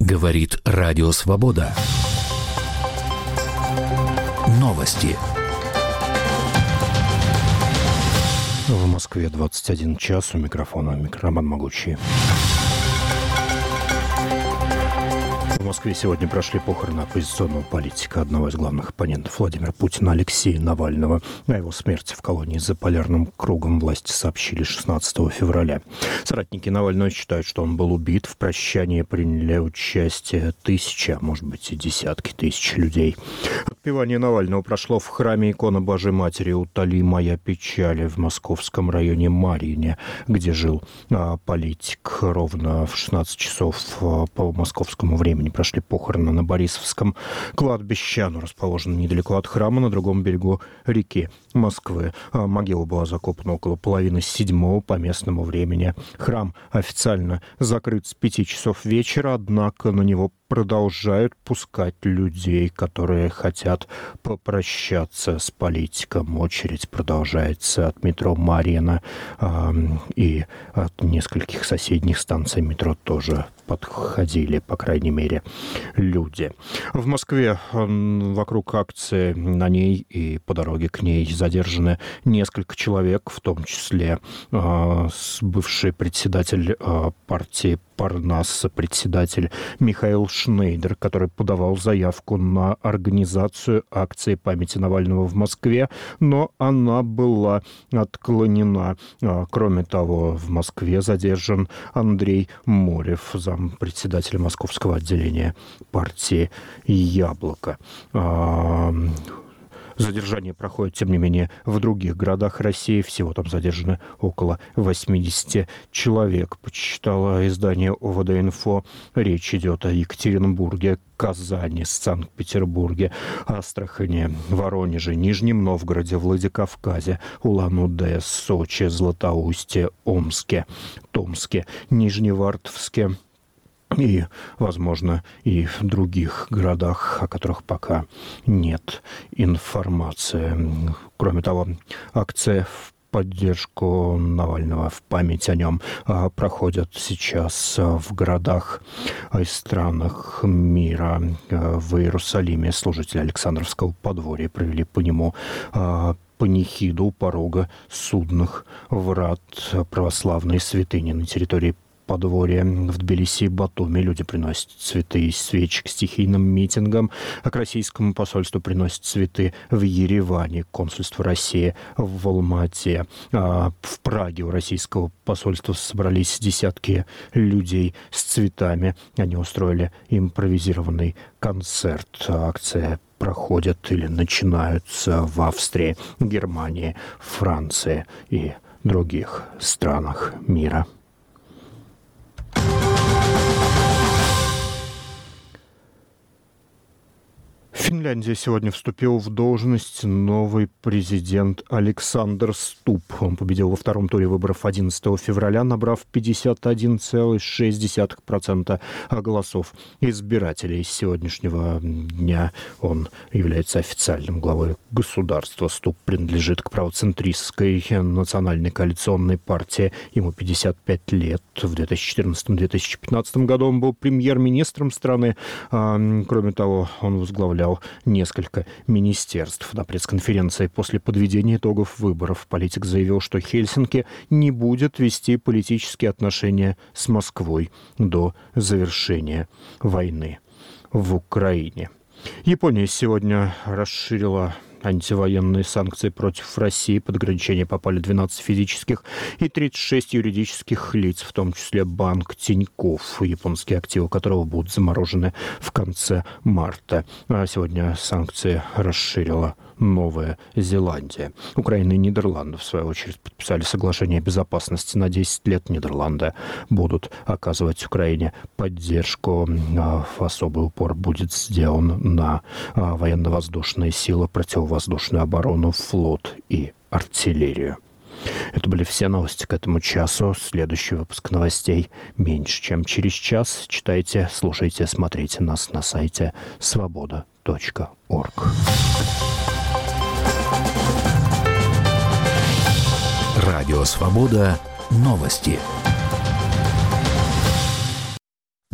Говорит Радио Свобода. Новости. В Москве 21 час. У микрофона Роман Могучий. В Москве сегодня прошли похороны оппозиционного политика, одного из главных оппонентов Владимира Путина, Алексея Навального. О его смерти в колонии за Полярным кругом власти сообщили 16 февраля. Соратники Навального считают, что он был убит. В прощании приняли участие тысячи, а может быть и десятки тысяч людей. Отпевание Навального прошло в храме иконы Божией Матери «Утоли моя печаль» в московском районе Марьине, где жил политик. Ровно в 16 часов по московскому времени прошли похороны на Борисовском кладбище. Оно расположено недалеко от храма, на другом берегу реки Москвы. Могила была закопана около половины седьмого по местному времени. Храм официально закрыт с 5 часов вечера, однако на него продолжают пускать людей, которые хотят попрощаться с политиком. Очередь продолжается от метро Марьино и от нескольких соседних станций метро тоже подходили, по крайней мере, люди. В Москве вокруг акции на ней и по дороге к ней задержаны несколько человек, в том числе бывший председатель партии Парнас, председатель Михаил Шнейдер, который подавал заявку на организацию акции памяти Навального в Москве, но она была отклонена. Кроме того, в Москве задержан Андрей Морев, зампредседателя московского отделения партии «Яблоко». Задержание проходит, тем не менее, в других городах России. Всего там задержано около 80 человек. Почитало издание ОВД-Инфо. Речь идет о Екатеринбурге, Казани, Санкт-Петербурге, Астрахани, Воронеже, Нижнем Новгороде, Владикавказе, Улан-Удэ, Сочи, Златоусте, Омске, Томске, Нижневартовске и, возможно, и в других городах, о которых пока нет информации. Кроме того, акция в поддержку Навального, в память о нем проходят сейчас в городах и странах мира. В Иерусалиме служители Александровского подворья провели по нему панихиду у порога судных врат православной святыни на территории подворье. В Тбилиси и Батуми люди приносят цветы и свечи к стихийным митингам, а к российскому посольству приносят цветы в Ереване, консульство России в Алма-Ате. В Праге у российского посольства собрались десятки людей с цветами. Они устроили импровизированный концерт. Акция проходит или начинаются в Австрии, Германии, Франции и других странах мира. В Финляндии сегодня вступил в должность новый президент Александр Стуб. Он победил во втором туре выборов 11 февраля, набрав 51,6% голосов избирателей. С сегодняшнего дня он является официальным главой государства. Стуб принадлежит к правоцентристской национальной коалиционной партии. Ему 55 лет. В 2014-2015 году он был премьер-министром страны. Кроме того, он возглавлял несколько министерств. На пресс-конференции после подведения итогов выборов политик заявил, что Хельсинки не будет вести политические отношения с Москвой до завершения войны в Украине. Япония сегодня расширила антивоенные санкции против России. Под ограничение попали 12 физических и 36 юридических лиц, в том числе банк Тинькофф, японские активы которого будут заморожены в конце марта. Сегодня санкции расширила Новая Зеландия. Украина и Нидерланды, в свою очередь, подписали соглашение о безопасности на 10 лет. Нидерланды будут оказывать Украине поддержку. Особый упор будет сделан на военно-воздушные силы, противовоздушную оборону, флот и артиллерию. Это были все новости к этому часу. Следующий выпуск новостей меньше, чем через час. Читайте, слушайте, смотрите нас на сайте svoboda.org. Радио Свобода. Новости.